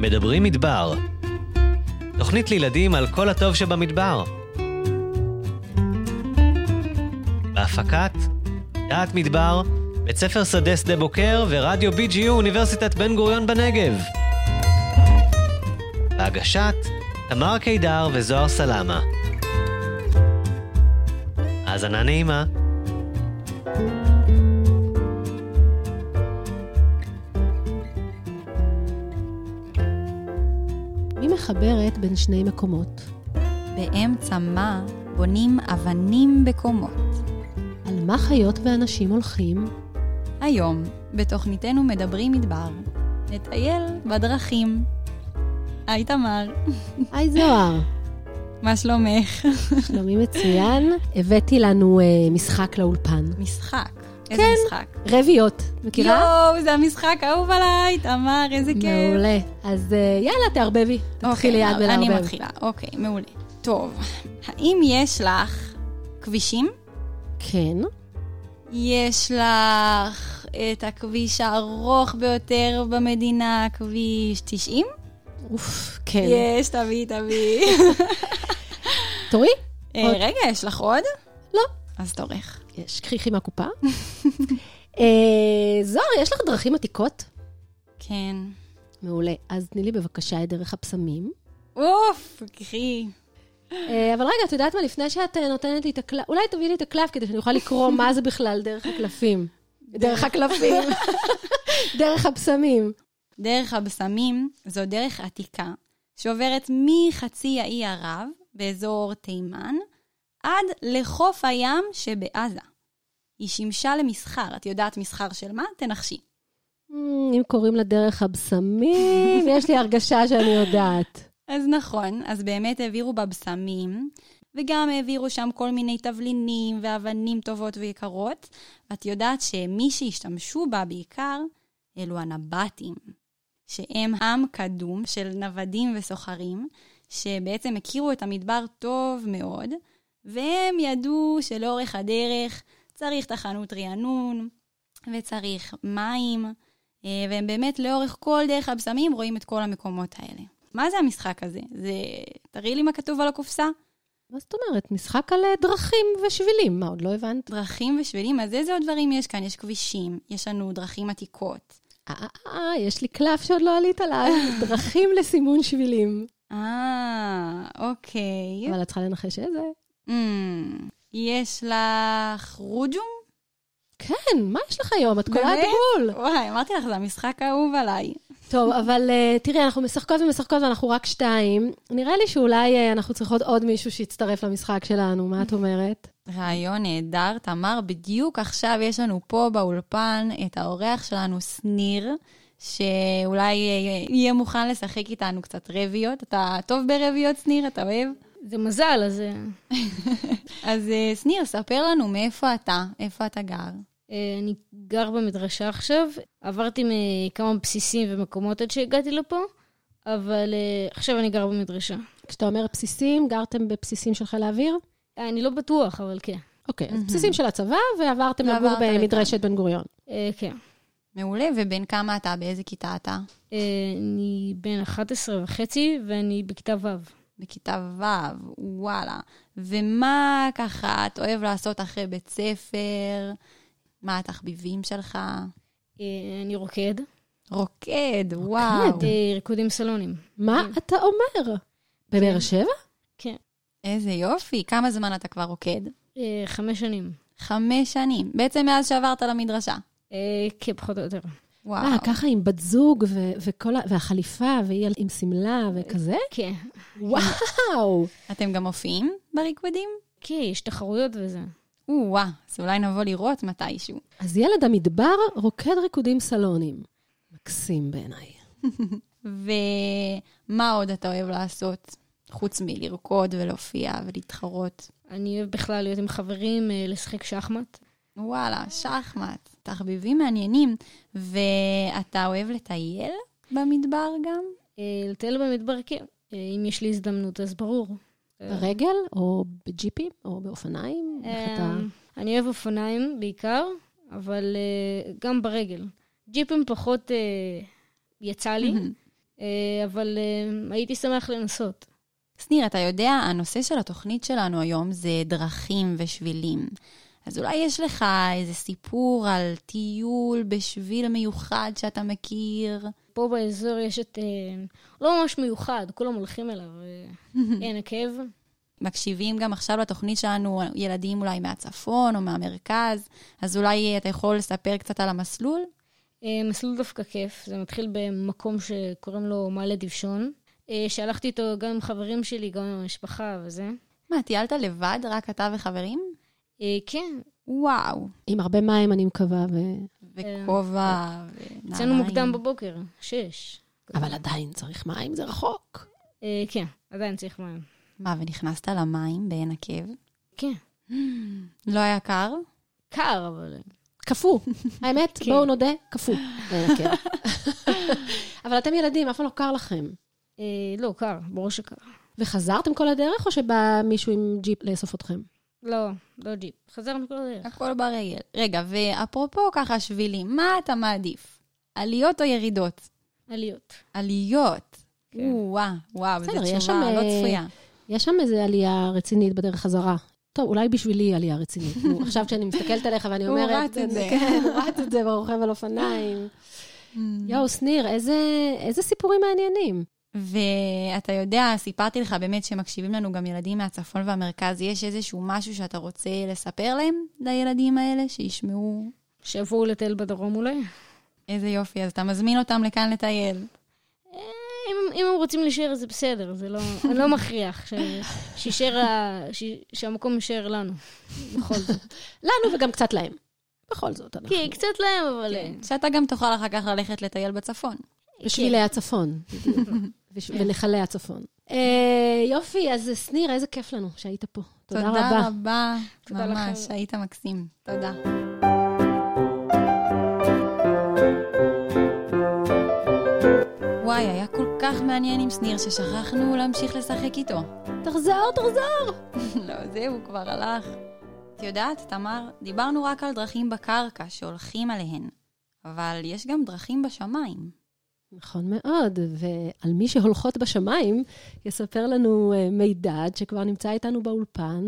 מדברים מדבר. תוכנית לילדים על כל הטוב שבמדבר. בהפקת דעת מדבר, בית ספר שדה שדה בוקר ורדיו BGU אוניברסיטת בן גוריון בנגב. בהגשת תמר קידר וזוהר סלמה. האזנה נעימה. מי מחברת בין שני מקומות? באמצע מה בונים אבנים בקומות. על מה חיות ואנשים הולכים? היום, בתוכניתנו מדברים מדבר, נטייל בדרכים. היי תמר. היי זוהר. מה שלומך? שלומי מצוין. הבאתי לנו משחק לאולפן. משחק? איזה כן. משחק? רביות. מכירה? יואו, זה המשחק האהוב עליי, תמר, איזה כיף. מעולה. אז יאללה, תערבבי. תתחילי יד בלערבב. אני מתחילה, אוקיי, מעולה. טוב, האם יש לך כבישים? כן. יש לך את הכביש הארוך ביותר במדינה, כביש 90? אוף, כן. יש, תביא. תורי? רגע, יש לך עוד? לא. אז תורך. יש, קחי מהקופה. זוהר, יש לך דרכים עתיקות? כן. מעולה. אז תני לי בבקשה את דרך הפסמים. אוף, קחי. אבל רגע, את יודעת מה? לפני שאת נותנת לי את הקלף, אולי תביא לי את הקלף כדי שאני אוכל לקרוא מה זה בכלל דרך הקלפים. דרך הקלפים. דרך הפסמים. דרך הבשמים זו דרך עתיקה שעוברת מחצי האי ערב באזור תימן עד לחוף הים שבעזה. היא שימשה למסחר. את יודעת מסחר של מה? תנחשי. אם קוראים לה דרך הבשמים, יש לי הרגשה שאני יודעת. אז נכון, אז באמת העבירו בבשמים, וגם העבירו שם כל מיני תבלינים ואבנים טובות ויקרות. ואת יודעת שמי שהשתמשו בה בעיקר, אלו הנבטים, שהם עם קדום של נוודים וסוחרים, שבעצם הכירו את המדבר טוב מאוד, והם ידעו שלאורך הדרך צריך תחנות רענון, וצריך מים, והם באמת לאורך כל דרך הבשמים רואים את כל המקומות האלה. מה זה המשחק הזה? תראי לי מה כתוב על הקופסה. מה זאת אומרת? משחק על דרכים ושבילים. מה, עוד לא הבנת? דרכים ושבילים, אז איזה עוד דברים יש כאן? יש כבישים, יש לנו דרכים עתיקות. יש לי קלף שעוד לא עלית עליו. דרכים לסימון שבילים. אוקיי. אבל את צריכה לנחש איזה. יש לך רוג'ום? כן, מה יש לך היום? את קולעת בול. וואי, אמרתי לך, זה המשחק האהוב עליי. טוב, אבל תראי, אנחנו משחקות ואנחנו רק 2. נראה לי שאולי אנחנו צריכות עוד מישהו שיצטרף למשחק שלנו. מה את אומרת? רעיון נהדר, תמר. בדיוק עכשיו יש לנו פה באולפן את האורח שלנו, שניר, שאולי יהיה מוכן לשחק איתנו קצת רביות. אתה טוב ברביות, שניר? אתה אוהב? זה מזל, אז... אז שניר, ספר לנו מאיפה אתה, איפה אתה גר. אני גר במדרשה עכשיו, עברתי מכמה בסיסים ומקומות עד שהגעתי לפה, אבל עכשיו אני גר במדרשה. כשאתה אומר בסיסים, גרתם בבסיסים של חיל האוויר? אני לא בטוח, אבל כן. אוקיי, אז בסיסים של הצבא, ועברתם לגור במדרשת בן גוריון. כן. מעולה, ובין כמה אתה? באיזה כיתה אתה? אני בן 11.5, ואני בכיתה ו'. בכיתה ו', וואלה. ומה ככה את אוהב לעשות אחרי בית ספר? מה התחביבים שלך? אני רוקד. רוקד, וואו. ריקודים סלונים. מה אתה אומר? בבאר שבע? כן. איזה יופי. כמה זמן אתה כבר רוקד? 5 שנים. 5 שנים. בעצם מאז שעברת למדרשה. כן, פחות או יותר. וואו. ככה עם בת זוג והחליפה, והיא עם סמלה וכזה? כן. וואו. אתם גם מופיעים בריקודים? כן, יש תחרויות וזה. וואו, אז אולי נבוא לראות מתישהו. אז ילד המדבר רוקד ריקודים סלונים. מקסים בעיניי. ומה עוד אתה אוהב לעשות? חוץ מלרקוד ולהופיע ולהתחרות. אני אוהב בכלל להיות עם חברים, לשחק שחמט. וואלה, שחמט. תחביבים מעניינים. ואתה אוהב לטייל במדבר גם? לטייל במדבר, כן. אם יש לי הזדמנות, אז ברור. ברגל או בג'יפים או באופניים? אני אוהב אופניים בעיקר, אבל גם ברגל. ג'יפים פחות יצא לי. אבל הייתי שמח לנסות. שניר, אתה יודע, הנושא של התוכנית שלנו היום זה דרכים ושבילים. אז אולי יש לך איזה סיפור על טיול בשביל מיוחד שאתה מכיר? פה באזור יש את... לא ממש מיוחד, כולם הולכים אליו. אין עקב. מקשיבים גם עכשיו לתוכנית שלנו ילדים אולי מהצפון או מהמרכז, אז אולי אתה יכול לספר קצת על המסלול? מסלול דווקא כיף, זה מתחיל במקום שקוראים לו מעלה דיבשון, שהלכתי איתו גם עם חברים שלי, גם עם המשפחה וזה. מה, טיילת לבד, רק אתה וחברים? כן. וואו. עם הרבה מים, אני מקווה. וכובע ונעליים. יצאנו מוקדם בבוקר, 6. אבל עדיין צריך מים, זה רחוק. כן, עדיין צריך מים. מה, ונכנסת למים בעין עקב? כן. לא היה קר? קר, אבל... קפוא. האמת, בואו נודה, קפוא. אבל אתם ילדים, אף פעם לא קר לכם. לא, קר, ברור שקר. וחזרתם כל הדרך, או שבא מישהו עם ג'יפ לאסוף אתכם? לא ג'יפ. חזרנו כל הדרך. הכל ברגל. רגע, ואפרופו ככה שבילים, מה אתה מעדיף? עליות או ירידות? עליות. עליות. וואו, זו תשובה לא צפויה. יש שם איזו עלייה רצינית בדרך חזרה. טוב, אולי בשבילי עלייה רצינית. עכשיו כשאני מסתכלת עליך ואני אומרת... הוא רץ את זה. כן, הוא רץ את זה ברוכב על אופניים. יואו, שניר, איזה סיפורים מעניינים. ואתה יודע, סיפרתי לך באמת שמקשיבים לנו גם ילדים מהצפון והמרכז. יש איזשהו משהו שאתה רוצה לספר להם, לילדים האלה, שישמעו? שיבואו לטייל בדרום אולי. איזה יופי, אז אתה מזמין אותם לכאן לטייל. אם הם רוצים להישאר, זה בסדר, זה לא, אני לא מכריח, שהמקום יישאר לנו, בכל זאת. לנו וגם קצת להם. בכל זאת. כן, קצת להם, אבל... שאתה גם תוכל אחר כך ללכת לטייל בצפון. בשבילי הצפון, ונחלי הצפון. יופי, אז שניר, איזה כיף לנו שהיית פה. תודה רבה. תודה רבה, ממש, היית מקסים. תודה. וואי, היה כל כך מעניין עם שניר ששכחנו להמשיך לשחק איתו. תחזור. לא, זהו, כבר הלך. את יודעת, תמר, דיברנו רק על דרכים בקרקע שהולכים עליהן, אבל יש גם דרכים בשמיים. נכון מאוד, ועל מי שהולכות בשמיים יספר לנו מידד שכבר נמצא איתנו באולפן,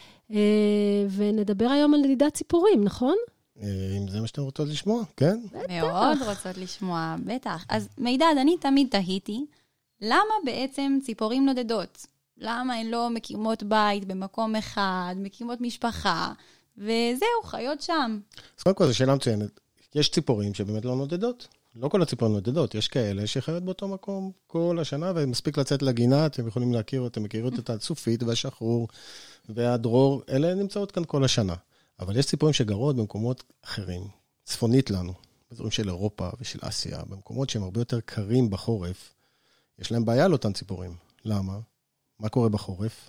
ונדבר היום על נדידת ציפורים, נכון? אם זה מה שאתם רוצות לשמוע, כן? מאוד רוצות לשמוע, בטח. אז מידד, אני תמיד תהיתי, למה בעצם ציפורים נודדות? למה הן לא מקימות בית במקום אחד, מקימות משפחה, וזהו, חיות שם. אז קודם כל, זו שאלה מצוינת. יש ציפורים שבאמת לא נודדות. לא כל הציפורים נודדות, יש כאלה שחיות באותו מקום כל השנה, ומספיק לצאת לגינה, אתם יכולים להכיר, אתם מכירות את הצופית והשחרור והדרור, אלה נמצאות כאן כל השנה. אבל יש ציפורים שגרות במקומות אחרים, צפונית לנו, באזורים של אירופה ושל אסיה, במקומות שהם הרבה יותר קרים בחורף, יש להם בעיה לאותן ציפורים. למה? מה קורה בחורף?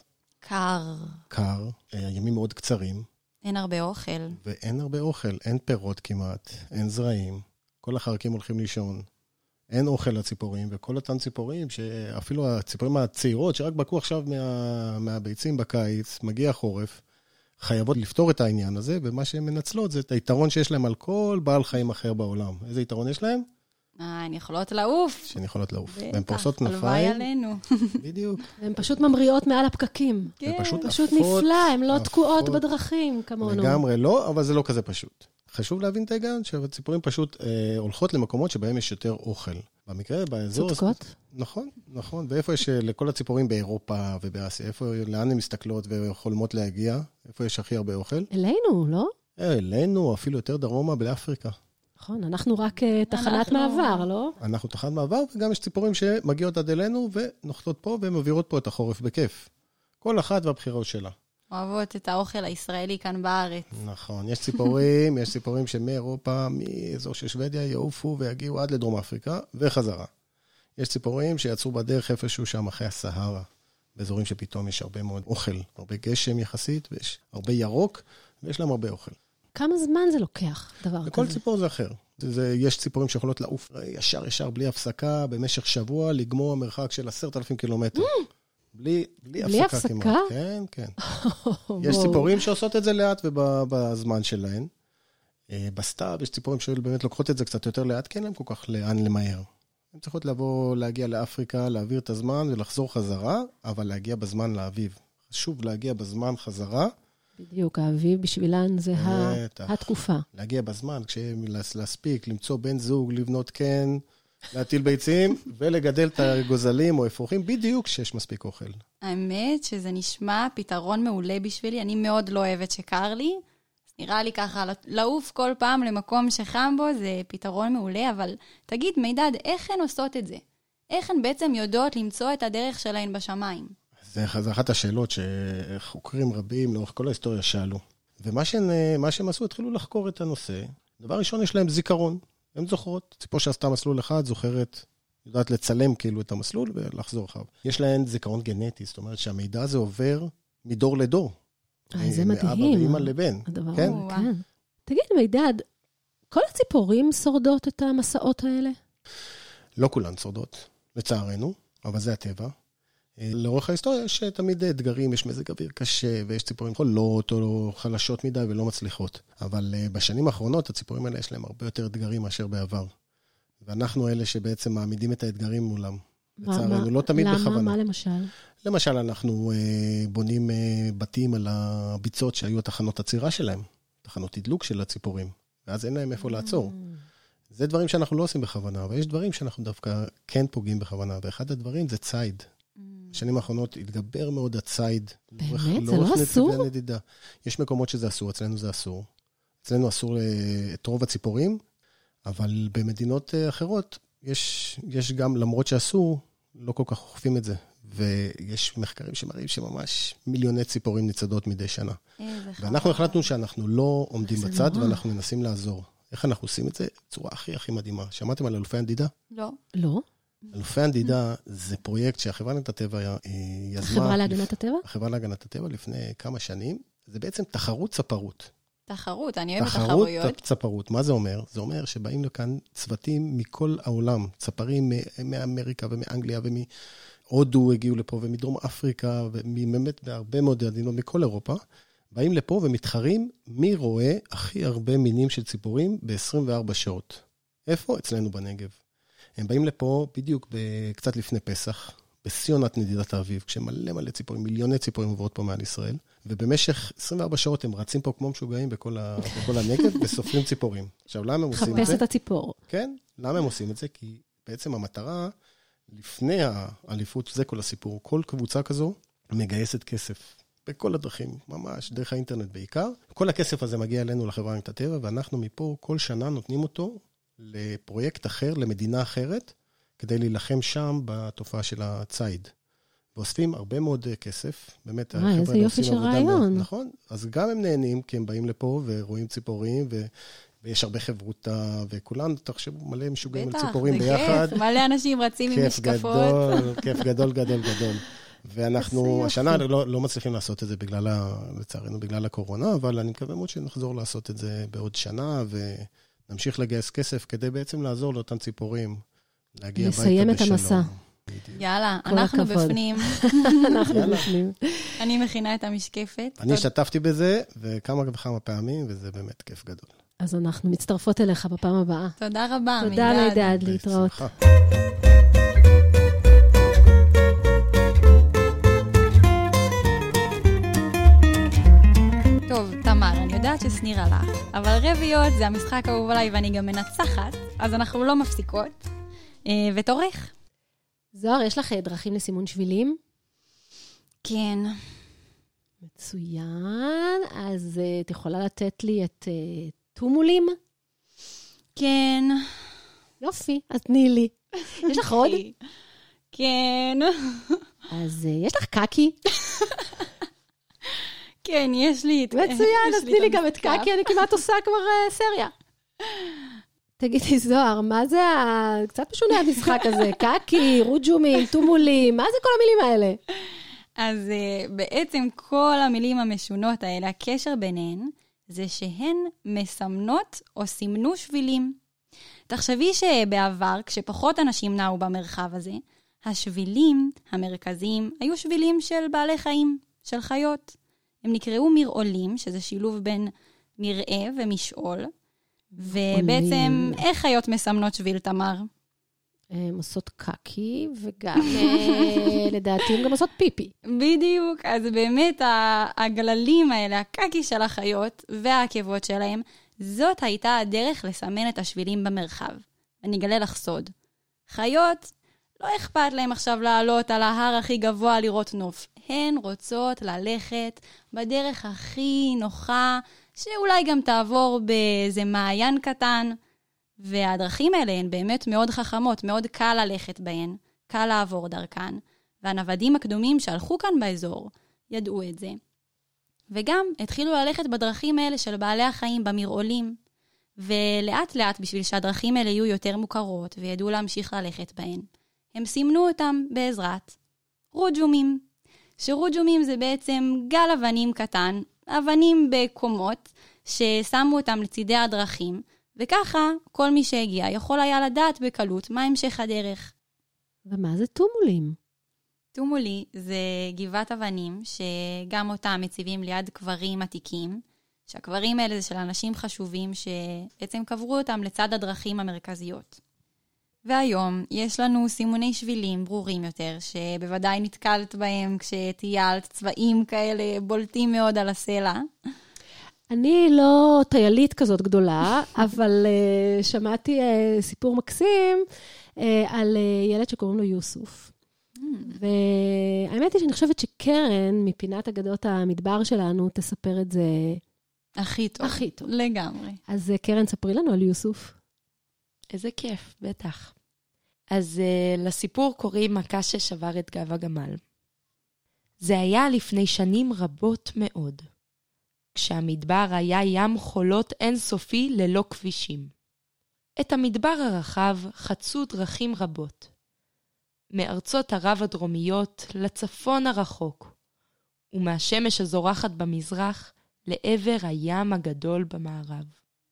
קר, הימים מאוד קצרים. אין הרבה אוכל. ואין הרבה אוכל, אין פירות כמעט, אין זרעים. כל החרקים הולכים לישון, אין אוכל לציפורים, וכל אותן ציפורים, שאפילו הציפורים הצעירות, שרק בקו עכשיו מהביצים בקיץ, מגיע החורף, חייבות לפתור את העניין הזה, ומה שהן מנצלות זה את היתרון שיש להם על כל בעל חיים אחר בעולם. איזה יתרון יש להם? הן יכולות לעוף. שהן יכולות לעוף. והן פורסות כנפיים. הלוואי עלינו. בדיוק. הן פשוט ממריאות מעל הפקקים. כן. פשוט נפלא, הן לא תקועות בדרכים כמונו. לגמרי לא, אבל זה לא כזה פשוט. חשוב להבין את ההיגיון, שהציפורים פשוט הולכות למקומות שבהם יש יותר אוכל. במקרה, באזור... צודקות? נכון. ואיפה יש לכל הציפורים באירופה ובאסיה? לאן הן מסתכלות וחולמות להגיע? איפה יש הכי הרבה אוכל? אלינו, לא? אלינו, אפילו יותר דרומה באפריקה. נכון, אנחנו רק תחנת מעבר, לא? אנחנו תחנת מעבר, וגם יש ציפורים שמגיעות עד אלינו ונוחתות פה ומעבירות פה את החורף בכיף. כל אחת והבחירות שלה. אוהבות את האוכל הישראלי כאן בארץ. נכון, יש ציפורים שמאירופה, מאזור של שוודיה, יעופו ויגיעו עד לדרום אפריקה וחזרה. יש ציפורים שיצאו בדרך איפשהו שם אחרי הסהרה, באזורים שפתאום יש הרבה מאוד אוכל, הרבה גשם יחסית, ויש הרבה ירוק, ויש להם הרבה אוכל. כמה זמן זה לוקח, דבר כזה? וכל ציפור זה אחר. יש ציפורים שיכולות לעוף ישר בלי הפסקה, במשך שבוע, לגמור מרחק של 10,000 קילומטר. בלי הפסקה כמעט. כן. יש ציפורים שעושות את זה לאט ובזמן שלהן. בסתיו יש ציפורים שבאמת לוקחות את זה קצת יותר לאט, כי אין להם כל כך לאן למהר. הן צריכות להגיע לאפריקה, להעביר את הזמן ולחזור חזרה, אבל להגיע בזמן לאביב. חשוב להגיע בזמן חזרה. בדיוק, האביב בשבילן זה התקופה. להגיע בזמן, להספיק, למצוא בן זוג, לבנות קן, להטיל ביצים, ולגדל את הגוזלים או אפרוחים, בדיוק שיש מספיק אוכל. האמת שזה נשמע פתרון מעולה בשבילי, אני מאוד לא אוהבת שקר לי, נראה לי ככה, לעוף כל פעם למקום שחם בו, זה פתרון מעולה, אבל תגיד, מידד, איך הן עושות את זה? איך הן בעצם יודעות למצוא את הדרך שלהן בשמיים? זה אחת השאלות שחוקרים רבים לאורך כל ההיסטוריה שאלו. ומה שהם עשו, התחילו לחקור את הנושא. דבר ראשון, יש להם זיכרון. הן זוכרות. ציפור שעשתה מסלול אחד, זוכרת, יודעת לצלם כאילו את המסלול ולחזור אחריו. יש להן זיכרון גנטי, זאת אומרת שהמידע הזה עובר מדור לדור. זה מדהים. מאבא ואמא לבן. כן? כן. תגיד, מידד, כל הציפורים שורדות את המסעות האלה? לא כולן שורדות, לצערנו, אבל זה הטבע. לאורך ההיסטוריה יש תמיד אתגרים, יש מזג אוויר קשה, ויש ציפורים חולות או חלשות מדי ולא מצליחות. אבל בשנים האחרונות הציפורים האלה יש להם הרבה יותר אתגרים מאשר בעבר. ואנחנו אלה שבעצם מעמידים את האתגרים מולם. לצערנו, לא תמיד בכוונה. מה למשל? למשל, אנחנו בונים בתים על הביצות שהיו התחנות הצירה שלהם, תחנות תדלוק של הציפורים, ואז אין להם איפה לעצור. זה דברים שאנחנו לא עושים בכוונה, אבל יש דברים שאנחנו דווקא כן פוגעים בכוונה, ואחד הדברים זה ציד. בשנים האחרונות התגבר מאוד הציד. באמת? זה לא אסור? יש מקומות שזה אסור, אצלנו זה אסור. אצלנו אסור את רוב הציפורים, אבל במדינות אחרות יש גם, למרות שאסור, לא כל כך אוכפים את זה. ויש מחקרים שמראים שממש מיליוני ציפורים ניצדות מדי שנה. ואנחנו החלטנו שאנחנו לא עומדים בצד, ואנחנו מנסים לעזור. איך אנחנו עושים את זה? בצורה הכי מדהימה. שמעתם על אלופי הנדידה? לא. לא? אלופי הנדידה זה פרויקט שהחברה להגנת הטבע יזמה. החברה להגנת הטבע? החברה להגנת הטבע לפני כמה שנים. זה בעצם תחרות צפרות. תחרות, אני אוהבת תחרויות. תחרות צפרות. מה זה אומר? זה אומר שבאים לכאן צוותים מכל העולם. צפרים מאמריקה ומאנגליה ומהודו הגיעו לפה ומדרום אפריקה ובאמת בהרבה מאוד מדינות מכל אירופה. באים לפה ומתחרים מי רואה הכי הרבה מינים של ציפורים ב-24 שעות. איפה? אצלנו בנגב. הם באים לפה בדיוק קצת לפני פסח, בסיונת נדידת האביב, כשמלא ציפורים, מיליוני ציפורים עוברות פה מעל ישראל, ובמשך 24 שעות הם רצים פה כמו משוגעים בכל הנגב, וסופרים ציפורים. עכשיו, למה הם עושים את זה? חפש את הציפור. כן, למה הם עושים את זה? כי בעצם המטרה, לפני האליפות, זה כל הסיפור, כל קבוצה כזו מגייסת כסף. בכל הדרכים, ממש, דרך האינטרנט בעיקר. כל הכסף הזה מגיע אלינו לחברה להגנת הטבע, ואנחנו מפה כל שנה נותנים אותו לפרויקט אחר, למדינה אחרת, כדי להילחם שם בתופעה של הציד. ואוספים הרבה מאוד כסף, באמת, איזה יופי של רעיון. נכון, אז גם הם נהנים, כי הם באים לפה ורואים ציפורים, ויש הרבה חברותה, וכולן, תחשבו, מלא משוגעים על ציפורים ביחד. כיף, מלא אנשים רצים עם משקפות. כיף גדול. ואנחנו השנה לא מצליחים לעשות את זה לצערנו, בגלל הקורונה, אבל אני מקווה מאוד שנחזור לעשות את זה בעוד שנה, ונמשיך לגייס כסף כדי בעצם לעזור לאותן ציפורים, להגיע הביתה בשלום. לסיים את המסע. יאללה, אנחנו בפנים. אנחנו בפנים. אני מכינה את המשקפת. אני השתתפתי בזה, וכמה וכמה פעמים, וזה באמת כיף גדול. אז אנחנו מצטרפות אליך בפעם הבאה. תודה רבה, מידד. תודה מידד, להתראות. טוב, תמר, אני יודעת שסניר הלך, אבל רביעיות זה המשחק האהוב עליי ואני גם מנצחת, אז אנחנו לא מפסיקות. ותורך. זוהר, יש לך דרכים לסימון שבילים? כן. מצוין. אז את יכולה לתת לי את טומולים? כן. יופי, אז תני לי. יש לך עוד? כן. אז יש לך קקי? כן, יש לי. מצוין, אז תני לי גם את קקי, אני כמעט עושה כבר סריה. תגידי, זוהר, מה זה קצת משונה המשחק הזה? קקי, רוג'ומים, טומולים, מה זה כל המילים האלה? אז בעצם כל המילים המשונות האלה, הקשר ביניהן, זה שהן מסמנות או סימנו שבילים. תחשבי שבעבר, כשפחות אנשים נעו במרחב הזה, השבילים המרכזיים היו שבילים של בעלי חיים, של חיות. הם נקראו מרעולים, שזה שילוב בין מרעה ומשעול. ובעצם, איך חיות מסמנות שביל, תמר? הן עושות קקי, וגם לדעתי הן גם עושות פיפי. בדיוק, אז באמת הגללים האלה, הקקי של החיות והעקבות שלהם, זאת הייתה הדרך לסמן את השבילים במרחב. אני אגלה לך סוד. חיות, לא אכפת להם עכשיו לעלות על ההר הכי גבוה לראות נוף. הן רוצות ללכת בדרך הכי נוחה, שאולי גם תעבור באיזה מעיין קטן. והדרכים האלה הן באמת מאוד חכמות, מאוד קל ללכת בהן, קל לעבור דרכן. והנוודים הקדומים שהלכו כאן באזור ידעו את זה. וגם התחילו ללכת בדרכים האלה של בעלי החיים במרעולים. ולאט לאט בשביל שהדרכים האלה יהיו יותר מוכרות וידעו להמשיך ללכת בהן, הם סימנו אותם בעזרת רוג'ומים. שרוג'ומים זה בעצם גל אבנים קטן, אבנים בקומות, ששמו אותם לצידי הדרכים, וככה כל מי שהגיע יכול היה לדעת בקלות מה המשך הדרך. ומה זה טומולים? טומולי זה גבעת אבנים, שגם אותם מציבים ליד קברים עתיקים, שהקברים האלה זה של אנשים חשובים שבעצם קברו אותם לצד הדרכים המרכזיות. והיום יש לנו סימוני שבילים ברורים יותר, שבוודאי נתקלת בהם כשטיילת, צבעים כאלה בולטים מאוד על הסלע. אני לא טיילית כזאת גדולה, אבל שמעתי סיפור מקסים על ילד שקוראים לו יוסוף. והאמת היא שאני חושבת שקרן, מפינת אגדות המדבר שלנו, תספר את זה הכי טוב. הכי טוב. לגמרי. אז קרן, ספרי לנו על יוסוף. איזה כיף, בטח. אז לסיפור קוראים מכה ששבר את גב הגמל. זה היה לפני שנים רבות מאוד, כשהמדבר היה ים חולות אינסופי ללא כבישים. את המדבר הרחב חצו דרכים רבות, מארצות ערב הדרומיות לצפון הרחוק, ומהשמש הזורחת במזרח לעבר הים הגדול במערב.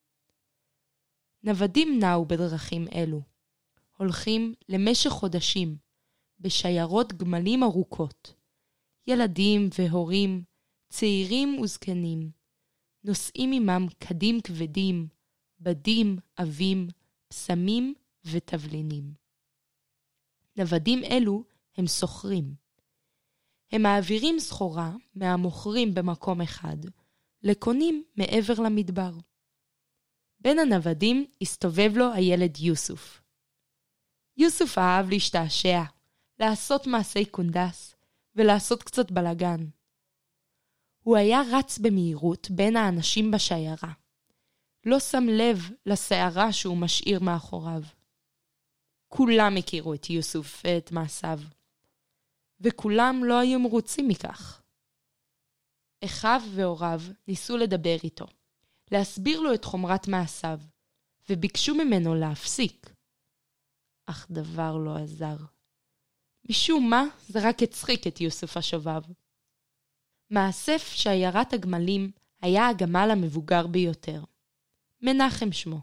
נוודים נעו בדרכים אלו, הולכים למשך חודשים, בשיירות גמלים ארוכות, ילדים והורים, צעירים וזקנים, נושאים עמם קדים כבדים, בדים, אבים, פסמים ותבלינים. נוודים אלו הם סוחרים. הם מעבירים סחורה מהמוכרים במקום אחד, לקונים מעבר למדבר. בין הנוודים הסתובב לו הילד יוסוף. יוסוף אהב להשתעשע, לעשות מעשי קונדס ולעשות קצת בלגן. הוא היה רץ במהירות בין האנשים בשיירה. לא שם לב לשערה שהוא משאיר מאחוריו. כולם הכירו את יוסוף ואת מעשיו, וכולם לא היו מרוצים מכך. אחיו והוריו ניסו לדבר איתו, להסביר לו את חומרת מעשיו, וביקשו ממנו להפסיק. אך דבר לא עזר. משום מה זה רק הצחיק את יוסף השובב. מאסף שיירת הגמלים היה הגמל המבוגר ביותר. מנחם שמו.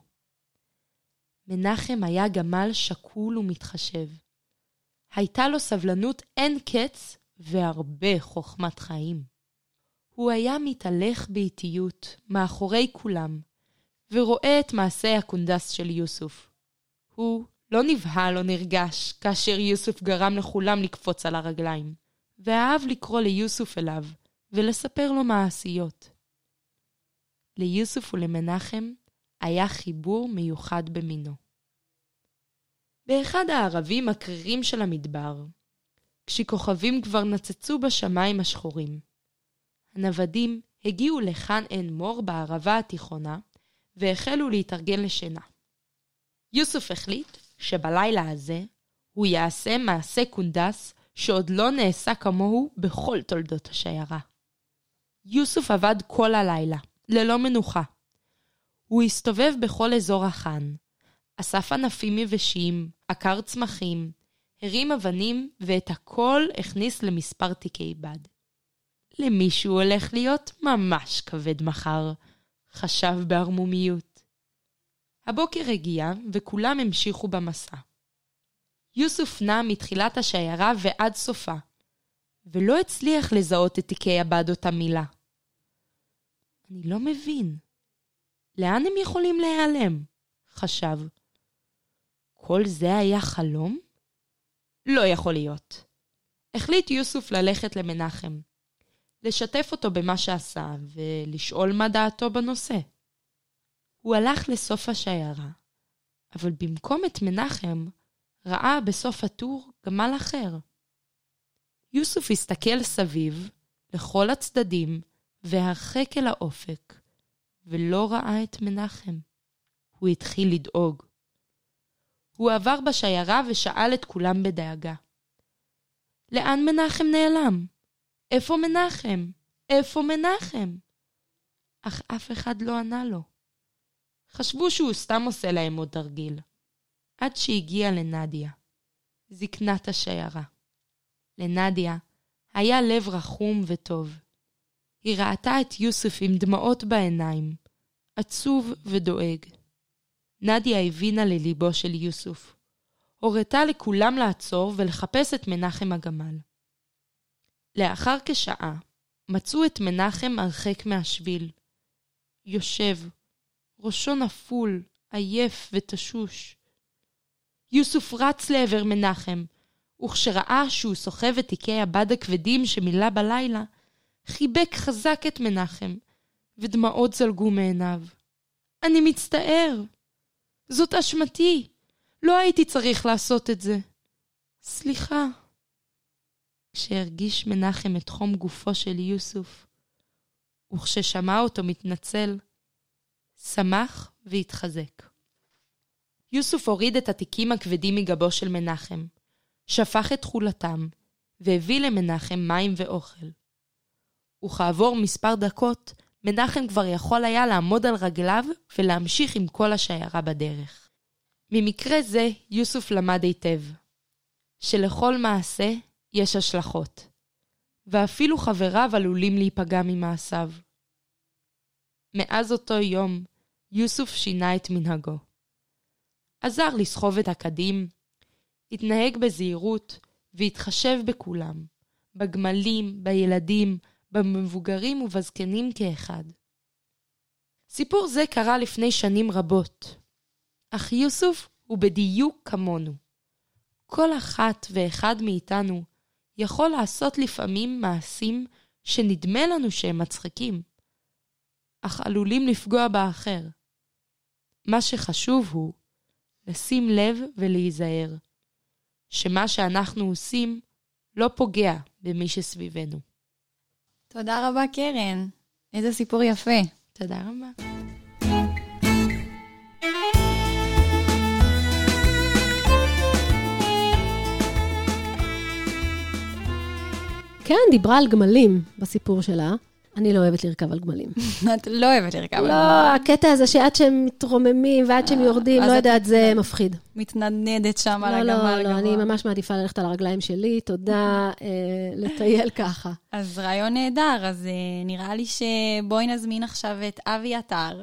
מנחם היה גמל שקול ומתחשב. הייתה לו סבלנות אין קץ והרבה חוכמת חיים. הוא היה מתהלך באיטיות מאחורי כולם, ורואה את מעשי הקונדס של יוסוף. הוא לא נבהל או נרגש כאשר יוסוף גרם לכולם לקפוץ על הרגליים, ואהב לקרוא ליוסוף אליו ולספר לו מעשיות. ליוסוף ולמנחם היה חיבור מיוחד במינו. באחד הערבים הקרירים של המדבר, כשכוכבים כבר נצצו בשמיים השחורים, הנוודים הגיעו לכאן עין מור בערבה התיכונה, והחלו להתארגן לשינה. יוסוף החליט שבלילה הזה הוא יעשה מעשה קונדס שעוד לא נעשה כמוהו בכל תולדות השיירה. יוסוף עבד כל הלילה, ללא מנוחה. הוא הסתובב בכל אזור החן, אסף ענפים יבשים, עקר צמחים, הרים אבנים ואת הכל הכניס למספר תיקי בד. למישהו הולך להיות ממש כבד מחר, חשב בערמומיות. הבוקר הגיע וכולם המשיכו במסע. יוסוף נע מתחילת השיירה ועד סופה, ולא הצליח לזהות את תיקי הבד אותה מילה. אני לא מבין. לאן הם יכולים להיעלם? חשב. כל זה היה חלום? לא יכול להיות. החליט יוסוף ללכת למנחם, לשתף אותו במה שעשה ולשאול מה דעתו בנושא. הוא הלך לסוף השיירה, אבל במקום את מנחם, ראה בסוף הטור גמל אחר. יוסוף הסתכל סביב, לכל הצדדים, והרחק אל האופק, ולא ראה את מנחם. הוא התחיל לדאוג. הוא עבר בשיירה ושאל את כולם בדאגה. לאן מנחם נעלם? איפה מנחם? איפה מנחם? אך אף אחד לא ענה לו. חשבו שהוא סתם עושה להם עוד תרגיל. עד שהגיע לנדיה, זקנת השיירה. לנדיה היה לב רחום וטוב. היא ראתה את יוסף עם דמעות בעיניים, עצוב ודואג. נדיה הבינה לליבו של יוסוף. הורתה לכולם לעצור ולחפש את מנחם הגמל. לאחר כשעה, מצאו את מנחם הרחק מהשביל. יושב, ראשו נפול, עייף ותשוש. יוסוף רץ לעבר מנחם, וכשראה שהוא סוחב את תיקי הבד הכבדים שמילא בלילה, חיבק חזק את מנחם, ודמעות זלגו מעיניו. אני מצטער. זאת אשמתי. לא הייתי צריך לעשות את זה. סליחה. כשהרגיש מנחם את חום גופו של יוסוף, וכששמע אותו מתנצל, שמח והתחזק. יוסוף הוריד את התיקים הכבדים מגבו של מנחם, שפך את תכולתם, והביא למנחם מים ואוכל. וכעבור מספר דקות, מנחם כבר יכול היה לעמוד על רגליו ולהמשיך עם כל השיירה בדרך. ממקרה זה יוסוף למד היטב, שלכל מעשה יש השלכות, ואפילו חבריו עלולים להיפגע ממעשיו. מאז אותו יום, יוסוף שינה את מנהגו. עזר לסחוב את הקדים, התנהג בזהירות והתחשב בכולם, בגמלים, בילדים, במבוגרים ובזקנים כאחד. סיפור זה קרה לפני שנים רבות, אך יוסוף הוא בדיוק כמונו. כל אחת ואחד מאיתנו יכול לעשות לפעמים מעשים שנדמה לנו שהם מצחיקים, אך עלולים לפגוע באחר. מה שחשוב הוא לשים לב ולהיזהר, שמה שאנחנו עושים לא פוגע במי שסביבנו. תודה רבה, קרן. איזה סיפור יפה. תודה רבה. קרן דיברה על גמלים בסיפור שלה. אני לא אוהבת לרכב על גמלים. את לא אוהבת לרכב על גמלים. לא, הקטע הזה שעד שהם מתרוממים ועד שהם יורדים, לא יודעת, זה מפחיד. מתנדנדת שם על הגמל. לא, אני ממש מעדיפה ללכת על הרגליים שלי. תודה לטייל ככה. אז רעיון נהדר, אז נראה לי שבואי נזמין עכשיו את אבי אתר,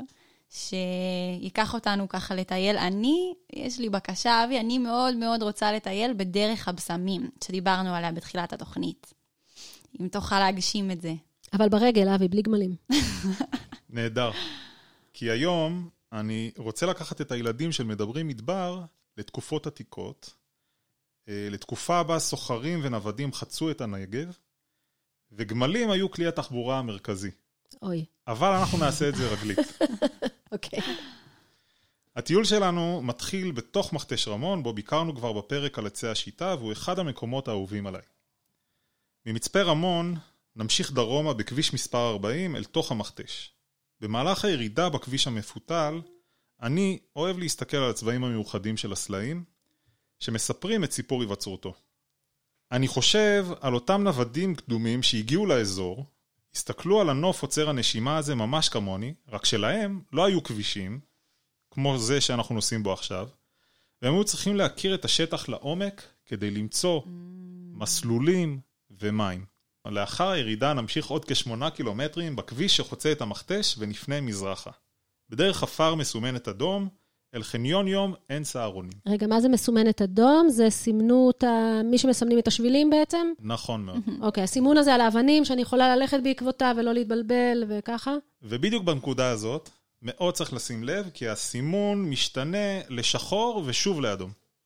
שיקח אותנו ככה לטייל. יש לי בקשה, אבי, אני מאוד מאוד רוצה לטייל בדרך הבשמים, שדיברנו עליה בתחילת התוכנית. אם תוכל להגשים את זה. אבל ברגל, אבי, בלי גמלים. נהדר. כי היום אני רוצה לקחת את הילדים של מדברים מדבר לתקופות עתיקות, לתקופה בה סוחרים ונוודים חצו את הנגב, וגמלים היו כלי התחבורה המרכזי. אוי. אבל אנחנו נעשה את זה רגלית. אוקיי. הטיול שלנו מתחיל בתוך מכתש רמון, בו ביקרנו כבר בפרק על עצי השיטה, והוא אחד המקומות האהובים עליי. ממצפה רמון נמשיך דרומה בכביש מספר 40 אל תוך המכתש. במהלך הירידה בכביש המפותל, אני אוהב להסתכל על הצבעים המיוחדים של הסלעים, שמספרים את סיפור היווצרותו. אני חושב על אותם נוודים קדומים שהגיעו לאזור, הסתכלו על הנוף עוצר הנשימה הזה ממש כמוני, רק שלהם לא היו כבישים, כמו זה שאנחנו נוסעים בו עכשיו, והם היו צריכים להכיר את השטח לעומק כדי למצוא מסלולים ומים. לאחר הירידה נמשיך עוד כ8 קילומטרים בכביש שחוצה את המכתש ונפנה מזרחה. בדרך אפר מסומנת אדום, אל חניון יום אין סהרונים. רגע, מה זה מסומנת אדום? זה סימנו אותה, מי שמסמנים את השבילים בעצם? נכון מאוד. אוקיי, הסימון הזה על האבנים שאני יכולה ללכת בעקבותה ולא להתבלבל וככה? ובדיוק בנקודה הזאת, מאוד צריך לשים לב, כי הסימון משתנה לשחור ושוב לאדום.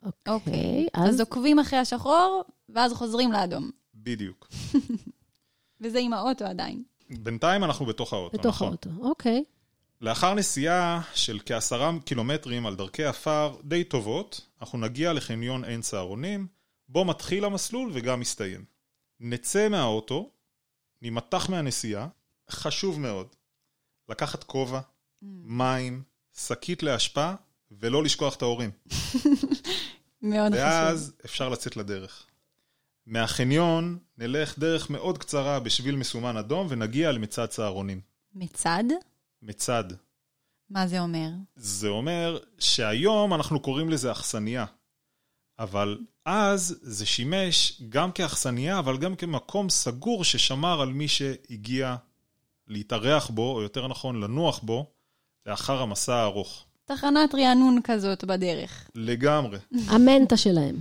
אוקיי, אז עוקבים אחרי השחור, ואז חוזרים לאדום. בדיוק. וזה עם האוטו עדיין. בינתיים אנחנו בתוך האוטו, בתוך נכון. האוטו, אוקיי. לאחר נסיעה של כ10 קילומטרים על דרכי אפר די טובות, אנחנו נגיע לחניון עין צהרונים, בו מתחיל המסלול וגם מסתיים. נצא מהאוטו, נמתח מהנסיעה, חשוב מאוד, לקחת כובע, מים, שקית להשפעה, ולא לשכוח את ההורים. מאוד חשוב. ואז אפשר לצאת לדרך. מהחניון נלך דרך מאוד קצרה בשביל מסומן אדום, ונגיע למצד צהרונים. מצד? מצד. מה זה אומר? זה אומר שהיום אנחנו קוראים לזה אכסניה. אבל אז זה שימש גם כאכסניה, אבל גם כמקום סגור ששמר על מי שהגיע להתארח בו, או יותר נכון לנוח בו, לאחר המסע הארוך. תחנת רענון כזאת בדרך. לגמרי. המנטה שלהם.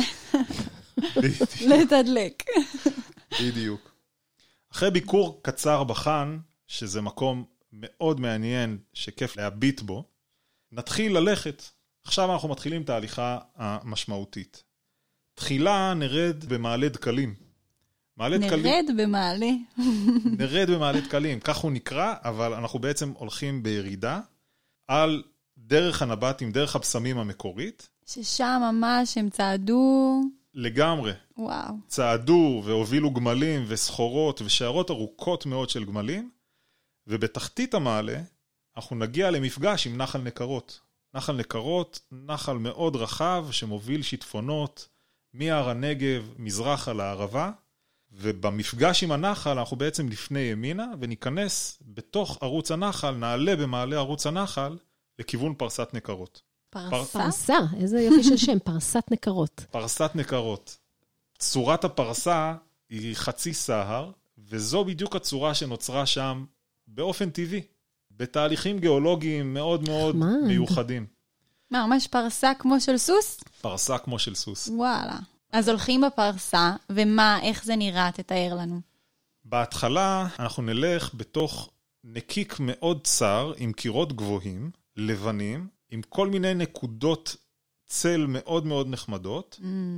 לתדלק. בדיוק. אחרי ביקור קצר בחן, שזה מקום מאוד מעניין שכיף להביט בו, נתחיל ללכת. עכשיו אנחנו מתחילים את ההליכה המשמעותית. תחילה נרד במעלה דקלים. נרד במעלה. נרד במעלה דקלים, כך הוא נקרא, אבל אנחנו בעצם הולכים בירידה על דרך הנבטים, דרך הבשמים המקורית. ששם ממש הם צעדו... לגמרי. וואו. צעדו והובילו גמלים וסחורות ושערות ארוכות מאוד של גמלים, ובתחתית המעלה אנחנו נגיע למפגש עם נחל נקרות. נחל נקרות, נחל מאוד רחב שמוביל שיטפונות מהר הנגב, מזרחה לערבה, ובמפגש עם הנחל אנחנו בעצם לפני ימינה, וניכנס בתוך ערוץ הנחל, נעלה במעלה ערוץ הנחל, לכיוון פרסת נקרות. פרסה, איזה יופי של שם, פרסת נקרות. פרסת נקרות. צורת הפרסה היא חצי סהר, וזו בדיוק הצורה שנוצרה שם באופן טבעי, בתהליכים גיאולוגיים מאוד מאוד מיוחדים. מה, ממש פרסה כמו של סוס? פרסה כמו של סוס. וואלה. אז הולכים בפרסה, ומה, איך זה נראה? תתאר לנו. בהתחלה אנחנו נלך בתוך נקיק מאוד צר, עם קירות גבוהים, לבנים, עם כל מיני נקודות צל מאוד מאוד נחמדות.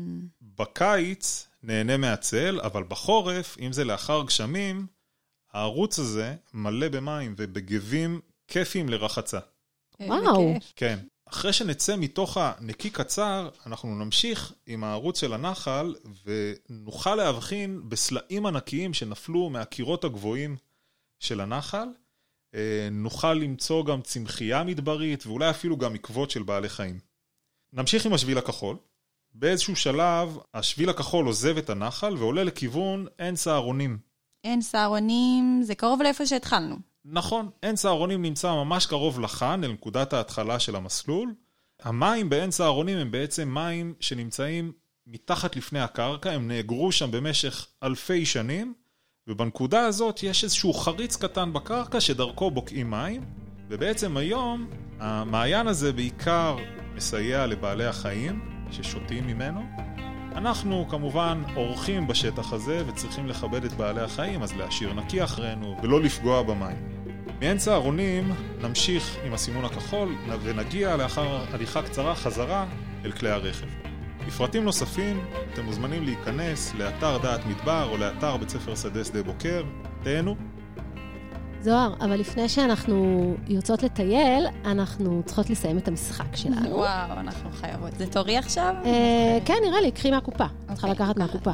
בקיץ נהנה מהצל, אבל בחורף, אם זה לאחר גשמים, הערוץ הזה מלא במים ובגבים כיפים לרחצה. וואו. כן. אחרי שנצא מתוך הנקיק הצר, אנחנו נמשיך עם הערוץ של הנחל, ונוכל להבחין בסלעים ענקיים שנפלו מהקירות הגבוהים של הנחל. נוכל למצוא גם צמחייה מדברית, ואולי אפילו גם עקבות של בעלי חיים. נמשיך עם השביל הכחול. באיזשהו שלב, השביל הכחול עוזב את הנחל, ועולה לכיוון עין צהרונים. עין צהרונים, זה קרוב לאיפה שהתחלנו. נכון, עין צהרונים נמצא ממש קרוב לחן, לנקודת ההתחלה של המסלול. המים בעין צהרונים הם בעצם מים שנמצאים מתחת לפני הקרקע, הם נאגרו שם במשך אלפי שנים, ובנקודה הזאת יש איזשהו חריץ קטן בקרקע שדרכו בוקעים מים, ובעצם היום המעיין הזה בעיקר מסייע לבעלי החיים ששותים ממנו. אנחנו כמובן אורחים בשטח הזה וצריכים לכבד את בעלי החיים, אז להשאיר נקי אחרינו ולא לפגוע במים. מעין צהרונים נמשיך עם הסימון הכחול ונגיע לאחר הליכה קצרה חזרה אל כלי הרכב. בפרטים נוספים אתם מוזמנים להיכנס לאתר דעת מדבר או לאתר בית ספר שדה שדה בוקר. תהנו. זוהר, אבל לפני שאנחנו יוצאות לטייל, אנחנו צריכות לסיים את המשחק שלנו. וואו, אנחנו חייבות. זה תורי עכשיו? כן, נראה לי, קחי מהקופה. צריכה לקחת מהקופה.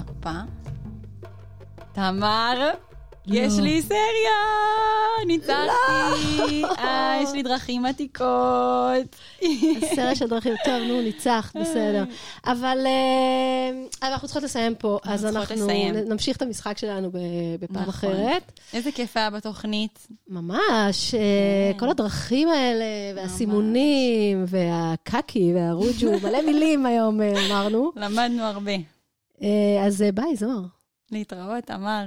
תמר, יש לי סריה! ניצחתי! יש לי דרכים עתיקות. הסריה של דרכים, טוב, נו, ניצחת, בסדר. אבל אנחנו צריכות לסיים פה, אז אנחנו נמשיך את המשחק שלנו בפעם אחרת. איזה כיף היה בתוכנית. ממש, כל הדרכים האלה, והסימונים, והקקי, והרוג'ו, מלא מילים היום אמרנו. למדנו הרבה. אז ביי, זוהר. להתראות, תמר.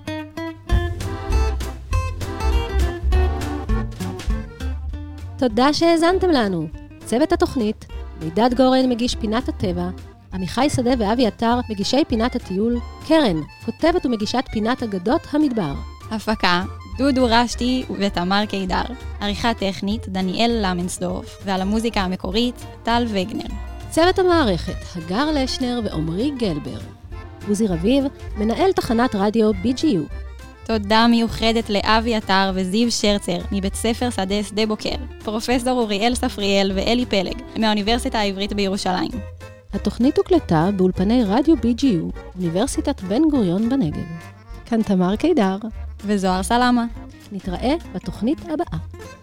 תודה שהאזנתם לנו. צוות התוכנית, מידד גורן מגיש פינת הטבע, עמיחי שדה ואבי עטר מגישי פינת הטיול, קרן, כותבת ומגישת פינת אגדות המדבר. הפקה, דודו רשתי ותמר קידר. עריכה טכנית, דניאל למנסדורף, ועל המוזיקה המקורית, טל וגנר. צוות המערכת, הגר לשנר ועומרי גלבר. עוזי רביב, מנהל תחנת רדיו BGU. תודה מיוחדת לאבי עטר וזיו שרצר מבית ספר שדה שדה בוקר, פרופסור אוריאל ספריאל ואלי פלג מהאוניברסיטה העברית בירושלים. התוכנית הוקלטה באולפני רדיו BGU, אוניברסיטת בן גוריון בנגב. כאן תמר קידר. וזוהר סלמה. נתראה בתוכנית הבאה.